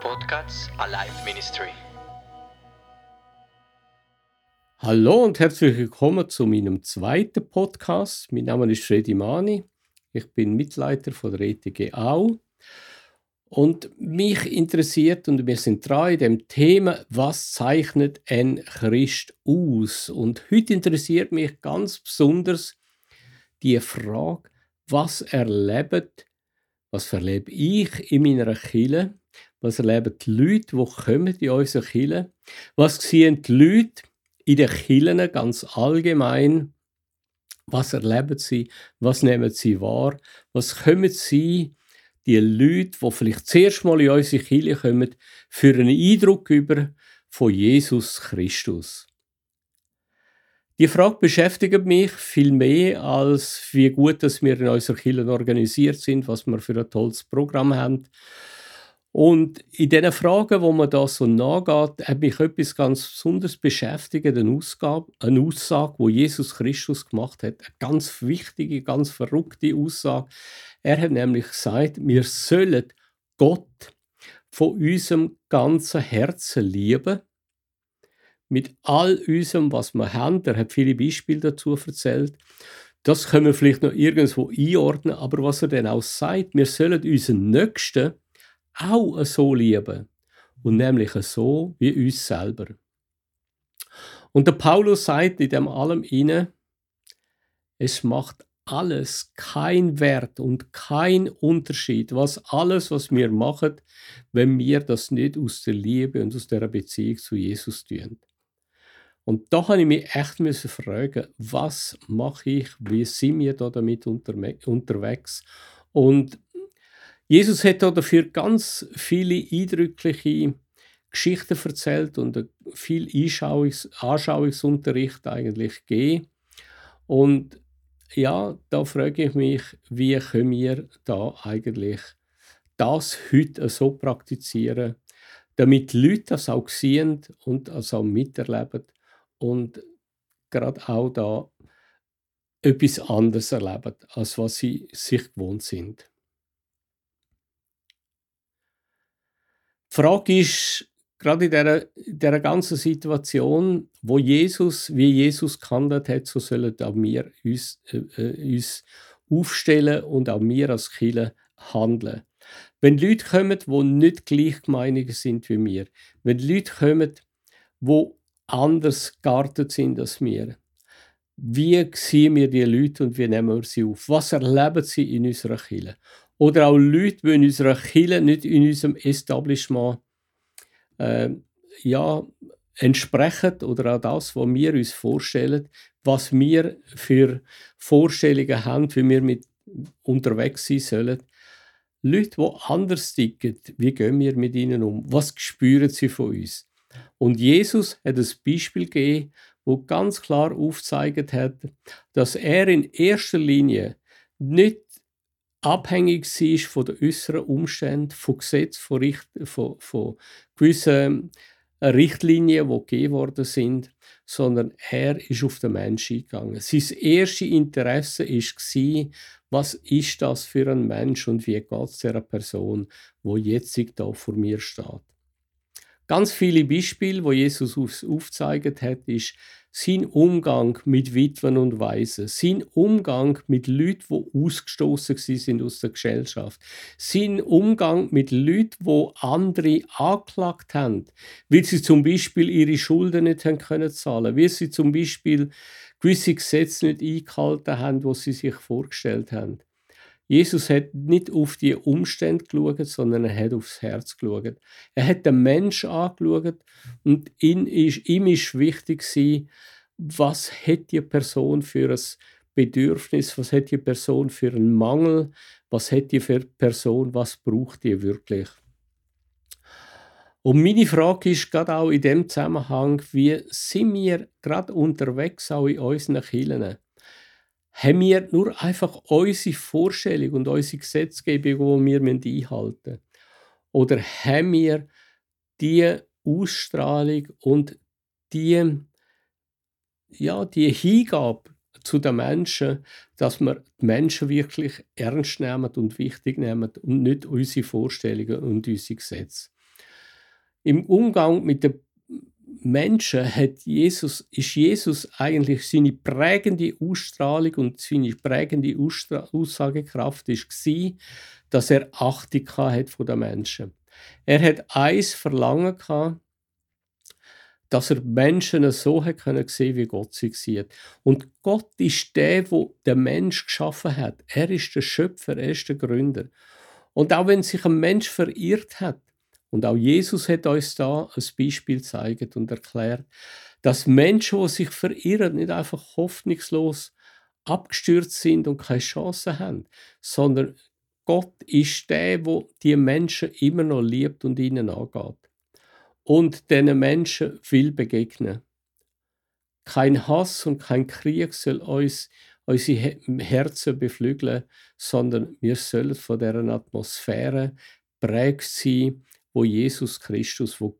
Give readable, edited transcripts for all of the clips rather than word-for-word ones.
Podcast Alive Ministry. Hallo und herzlich willkommen zu meinem zweiten Podcast. Mein Name ist Freddy Mani. Ich bin Mitleiter von der ETG Au. Und mich interessiert, und wir sind dran in dem Thema, was zeichnet ein Christ aus? Und heute interessiert mich ganz besonders die Frage, was erlebe ich in meiner Kirche? Was erleben die Leute, die kommen in unsere Kirche? Was sehen die Leute in den Kirchen ganz allgemein? Was erleben sie? Was nehmen sie wahr? Was kommen sie, die Leute, die vielleicht zuerst mal in unsere Kirche kommen, für einen Eindruck über von Jesus Christus? Die Frage beschäftigt mich viel mehr, als wie gut dass wir in unserer Kirche organisiert sind, was wir für ein tolles Programm haben. Und in diesen Fragen, wo man da so nachgeht, hat mich etwas ganz Besonderes beschäftigt, eine Aussage, die Jesus Christus gemacht hat. Eine ganz wichtige, ganz verrückte Aussage. Er hat nämlich gesagt, wir sollen Gott von unserem ganzen Herzen lieben, mit all unserem, was wir haben. Er hat viele Beispiele dazu erzählt. Das können wir vielleicht noch irgendwo einordnen, aber was er dann auch sagt, wir sollen unseren Nächsten auch so lieben. Und nämlich so wie uns selber. Und der Paulus sagt in dem allem inne, es macht alles keinen Wert und keinen Unterschied, was wir machen, wenn wir das nicht aus der Liebe und aus der Beziehung zu Jesus tun. Und da habe ich mich echt fragen, was mache ich, wie sind wir da damit unterwegs? Und Jesus hat da dafür ganz viele eindrückliche Geschichten erzählt und viel Anschauungsunterricht eigentlich gegeben. Und ja, da frage ich mich, wie können wir da eigentlich das heute so praktizieren, damit die Leute das auch sehen und das auch miterleben und gerade auch da etwas anderes erleben, als was sie sich gewohnt sind. Die Frage ist, gerade in dieser ganzen Situation, wie Jesus gehandelt hat, so sollen auch wir uns aufstellen und auch wir als Kirche handeln. Wenn Leute kommen, die nicht gleichgemeinige sind wie wir, wenn Leute kommen, die anders geartet sind als wir, wie sehen wir die Leute und wie nehmen wir sie auf? Was erleben sie in unserer Kirche? Oder auch Leute, die in unserer Kirche, nicht in unserem Establishment ja, entsprechen oder auch das, was wir uns vorstellen, was wir für Vorstellungen haben, wie wir mit unterwegs sein sollen. Leute, die anders ticken, wie gehen wir mit ihnen um? Was spüren sie von uns? Und Jesus hat ein Beispiel gegeben, wo ganz klar aufgezeigt hat, dass er in erster Linie nicht abhängig war von den äußeren Umständen, von Gesetzen, von gewissen Richtlinien, die gegeben worden sind, sondern er ist auf den Menschen eingegangen. Sein erstes Interesse war, was ist das für ein Mensch und wie geht es dieser Person, die jetzt da vor mir steht. Ganz viele Beispiele, wo Jesus aufgezeigt hat, ist sein Umgang mit Witwen und Waisen, sein Umgang mit Leuten, die ausgestoßen sind aus der Gesellschaft, sein Umgang mit Leuten, die andere angeklagt haben, weil sie zum Beispiel ihre Schulden nicht haben können zahlen, weil sie zum Beispiel gewisse Gesetze nicht eingehalten haben, die sie sich vorgestellt haben. Jesus hat nicht auf die Umstände geschaut, sondern er hat aufs Herz geschaut. Er hat den Menschen angeschaut und ihm ist wichtig gewesen, was hat die Person für ein Bedürfnis, was hat die Person für einen Mangel, was hat die für Person, was braucht die wirklich. Und meine Frage ist gerade auch in dem Zusammenhang, wie sind wir gerade unterwegs auch in unseren Kirchen? Haben wir nur einfach unsere Vorstellung und unsere Gesetzgebung, die wir einhalten müssen? Oder haben wir die Ausstrahlung und die Hingabe zu den Menschen, dass wir die Menschen wirklich ernst nehmen und wichtig nehmen und nicht unsere Vorstellungen und unsere Gesetze? im Umgang mit den Menschen ist Jesus eigentlich seine prägende Ausstrahlung und seine prägende Aussagekraft war, dass er Achtung hat von den Menschen. Er hat eins Verlangen gehabt, dass er Menschen so hat können sehen, wie Gott sie sieht. Und Gott ist der, wo den Mensch geschaffen hat. Er ist der Schöpfer, er ist der Gründer. Und auch wenn sich ein Mensch verirrt hat, und auch Jesus hat uns da ein Beispiel gezeigt und erklärt, dass Menschen, die sich verirren, nicht einfach hoffnungslos abgestürzt sind und keine Chance haben, sondern Gott ist der, wo die Menschen immer noch liebt und ihnen angeht. Und diesen Menschen will begegnen. Kein Hass und kein Krieg soll unsere Herzen beflügeln, sondern wir sollen von dieser Atmosphäre prägt sein, wo Jesus Christus von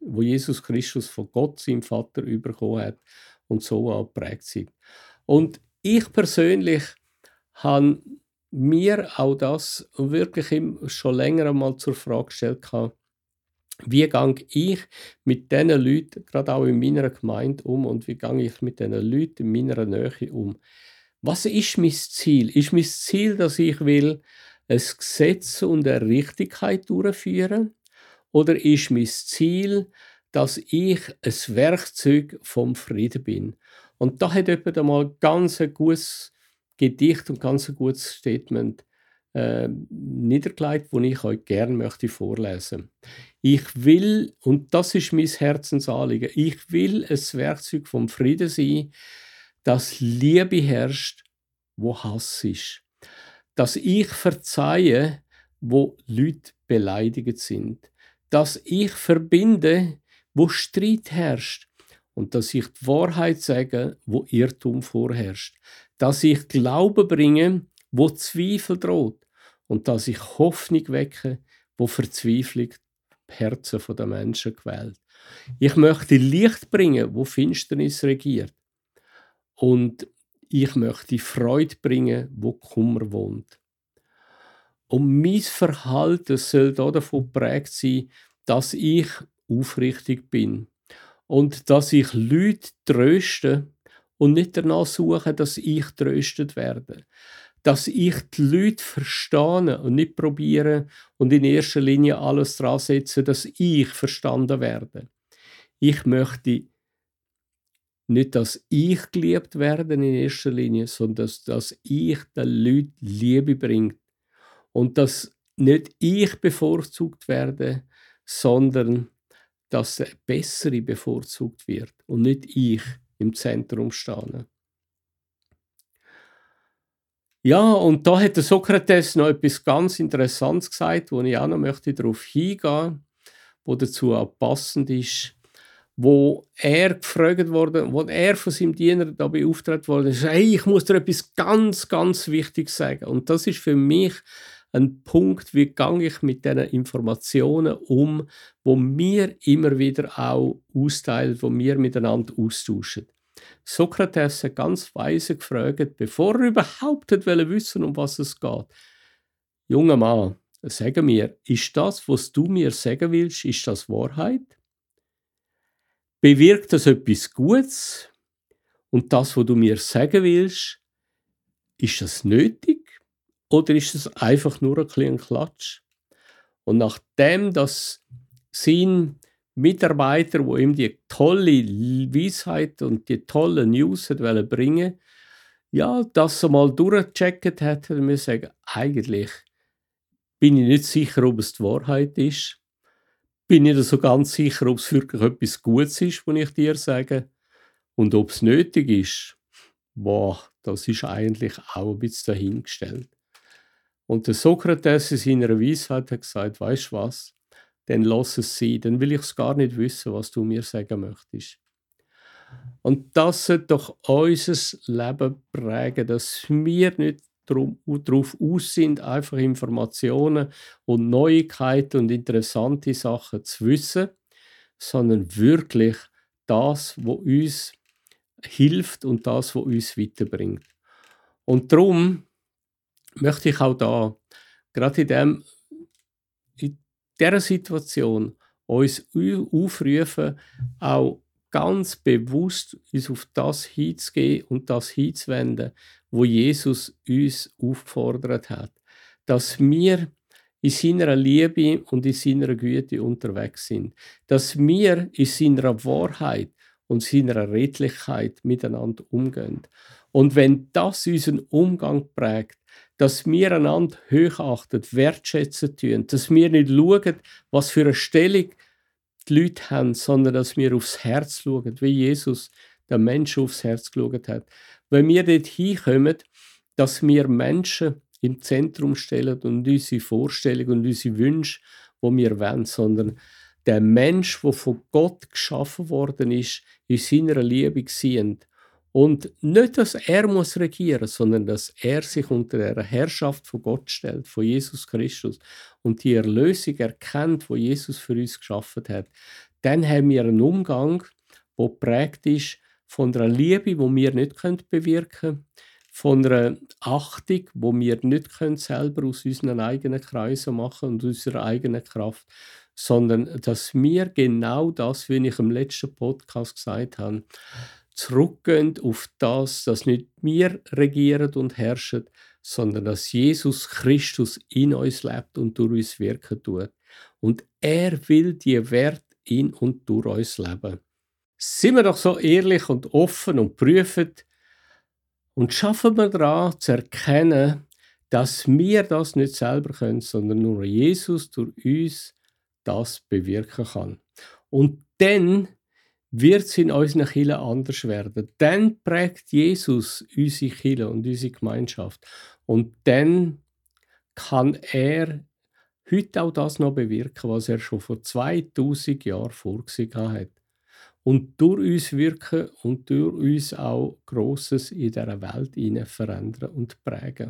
Gott, seinem Vater, bekommen hat und so auch geprägt sind. Und ich persönlich habe mir auch das wirklich schon länger einmal zur Frage gestellt, wie gehe ich mit diesen Leuten, gerade auch in meiner Gemeinde, um und wie gehe ich mit diesen Leuten in meiner Nähe um? Was ist mein Ziel? Ist mein Ziel, dass ich will ein Gesetz und eine Richtigkeit durchführen? Oder ist mein Ziel, dass ich ein Werkzeug vom Frieden bin? Und da hat jemand einmal ganz ein gutes Gedicht und ganz ein gutes Statement niedergelegt, das ich euch gerne möchte vorlesen. Ich will, und das ist mein Herzensanliegen, ich will ein Werkzeug vom Frieden sein, dass Liebe herrscht, wo Hass ist. Dass ich verzeihe, wo Leute beleidigt sind. Dass ich verbinde, wo Streit herrscht. Und dass ich die Wahrheit sage, wo Irrtum vorherrscht. Dass ich Glaube bringe, wo Zweifel droht. Und dass ich Hoffnung wecke, wo Verzweiflung die Herzen der Menschen quält. Ich möchte Licht bringen, wo Finsternis regiert. Und ich möchte Freude bringen, wo Kummer wohnt. Und mein Verhalten soll davon geprägt sein, dass ich aufrichtig bin. Und dass ich Leute tröste und nicht danach suche, dass ich tröstet werde. Dass ich die Leute verstehe und nicht probiere und in erster Linie alles dran setze, dass ich verstanden werde. Ich möchte nicht, dass ich geliebt werde in erster Linie, sondern dass ich den Leuten Liebe bringe. Und dass nicht ich bevorzugt werde, sondern dass der Bessere bevorzugt wird und nicht ich im Zentrum stehe. Ja, und da hat der Sokrates noch etwas ganz Interessantes gesagt, wo ich auch noch möchte darauf hingehen, wo dazu auch passend ist, wo er gefragt wurde, wo er von seinem Diener da beauftragt wurde, ist, hey, ich muss dir etwas ganz, ganz Wichtiges sagen. Und das ist für mich ein Punkt, wie gehe ich mit diesen Informationen um, wo wir immer wieder auch austeilen, wo wir miteinander austauschen. Sokrates hat ganz weise gefragt, bevor er überhaupt wissen, um was es geht. Junger Mann, sag mir, ist das, was du mir sagen willst, ist das Wahrheit? Bewirkt das etwas Gutes? Und das, was du mir sagen willst, ist das nötig? Oder ist es einfach nur ein kleiner Klatsch? Und nachdem das sein Mitarbeiter, wo ihm die tolle Weisheit und die tolle News bringen wollte, ja, das mal durchgecheckt hat, hat er mir sagen, eigentlich bin ich nicht sicher, ob es die Wahrheit ist. Bin ich nicht so ganz sicher, ob es wirklich etwas Gutes ist, was ich dir sage. Und ob es nötig ist, boah, das ist eigentlich auch ein bisschen dahingestellt. Und der Sokrates in seiner Weisheit hat gesagt, weißt du was, dann lass es sein, dann will ich es gar nicht wissen, was du mir sagen möchtest. Und das sollte doch unser Leben prägen, dass wir nicht darauf aus sind, einfach Informationen und Neuigkeiten und interessante Sachen zu wissen, sondern wirklich das, was uns hilft und das, was uns weiterbringt. Und darum möchte ich auch da, gerade in dieser Situation, uns aufrufen, auch ganz bewusst uns auf das hinzugehen und das hinzuwenden, wo Jesus uns aufgefordert hat. Dass wir in seiner Liebe und in seiner Güte unterwegs sind. Dass wir in seiner Wahrheit und seiner Redlichkeit miteinander umgehen. Und wenn das unseren Umgang prägt, dass wir einander hochachten, wertschätzen tun, dass wir nicht schauen, was für eine Stellung die Leute haben, sondern dass wir aufs Herz schauen, wie Jesus der Mensch aufs Herz geschaut hat. Wenn wir dort hinkommen, dass wir Menschen im Zentrum stellen und unsere Vorstellungen und unsere Wünsche, die wir wollen, sondern der Mensch, der von Gott geschaffen worden ist, in seiner Liebe sehen. Und nicht, dass er muss regieren, sondern dass er sich unter der Herrschaft von Gott stellt, von Jesus Christus, und die Erlösung erkennt, wo Jesus für uns geschaffen hat. Dann haben wir einen Umgang, der geprägt ist von einer Liebe, die wir nicht bewirken können, von einer Achtung, die wir nicht selber aus unseren eigenen Kreisen machen und unserer eigenen Kraft, sondern dass wir genau das, wie ich im letzten Podcast gesagt habe, zurückgehen auf das, dass nicht wir regieren und herrschen, sondern dass Jesus Christus in uns lebt und durch uns wirken tut. Und er will die Werte in und durch uns leben. Sind wir doch so ehrlich und offen und prüfen und schaffen wir daran zu erkennen, dass wir das nicht selber können, sondern nur Jesus durch uns das bewirken kann. Und dann wird es in unseren Kirchen anders werden. Dann prägt Jesus unsere Kirche und unsere Gemeinschaft. Und dann kann er heute auch das noch bewirken, was er schon vor 2000 Jahren vorgesehen hat. Und durch uns wirken und durch uns auch Grosses in dieser Welt verändern und prägen.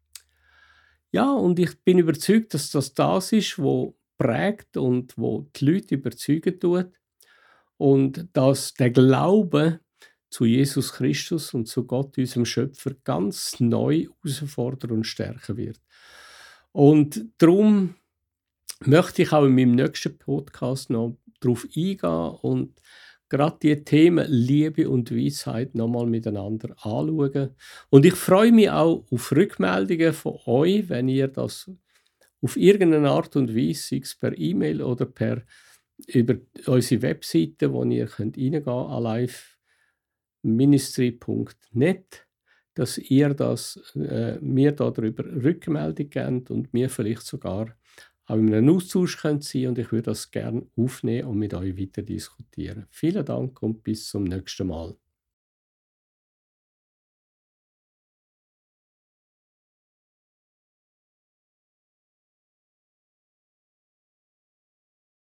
Ja, und ich bin überzeugt, dass das ist, was prägt und wo die Leute überzeugen tut. Und dass der Glaube zu Jesus Christus und zu Gott, unserem Schöpfer, ganz neu herausfordern und stärken wird. Und darum möchte ich auch in meinem nächsten Podcast noch darauf eingehen und gerade die Themen Liebe und Weisheit nochmal miteinander anschauen. Und ich freue mich auch auf Rückmeldungen von euch, wenn ihr das auf irgendeine Art und Weise, sei es per E-Mail oder über unsere Webseite, wo ihr reingehen könnt, aliveministry.net, dass ihr mir darüber Rückmeldung gebt und mir vielleicht sogar auch in einem Austausch könnt sein, und ich würde das gerne aufnehmen und mit euch weiter diskutieren. Vielen Dank und bis zum nächsten Mal.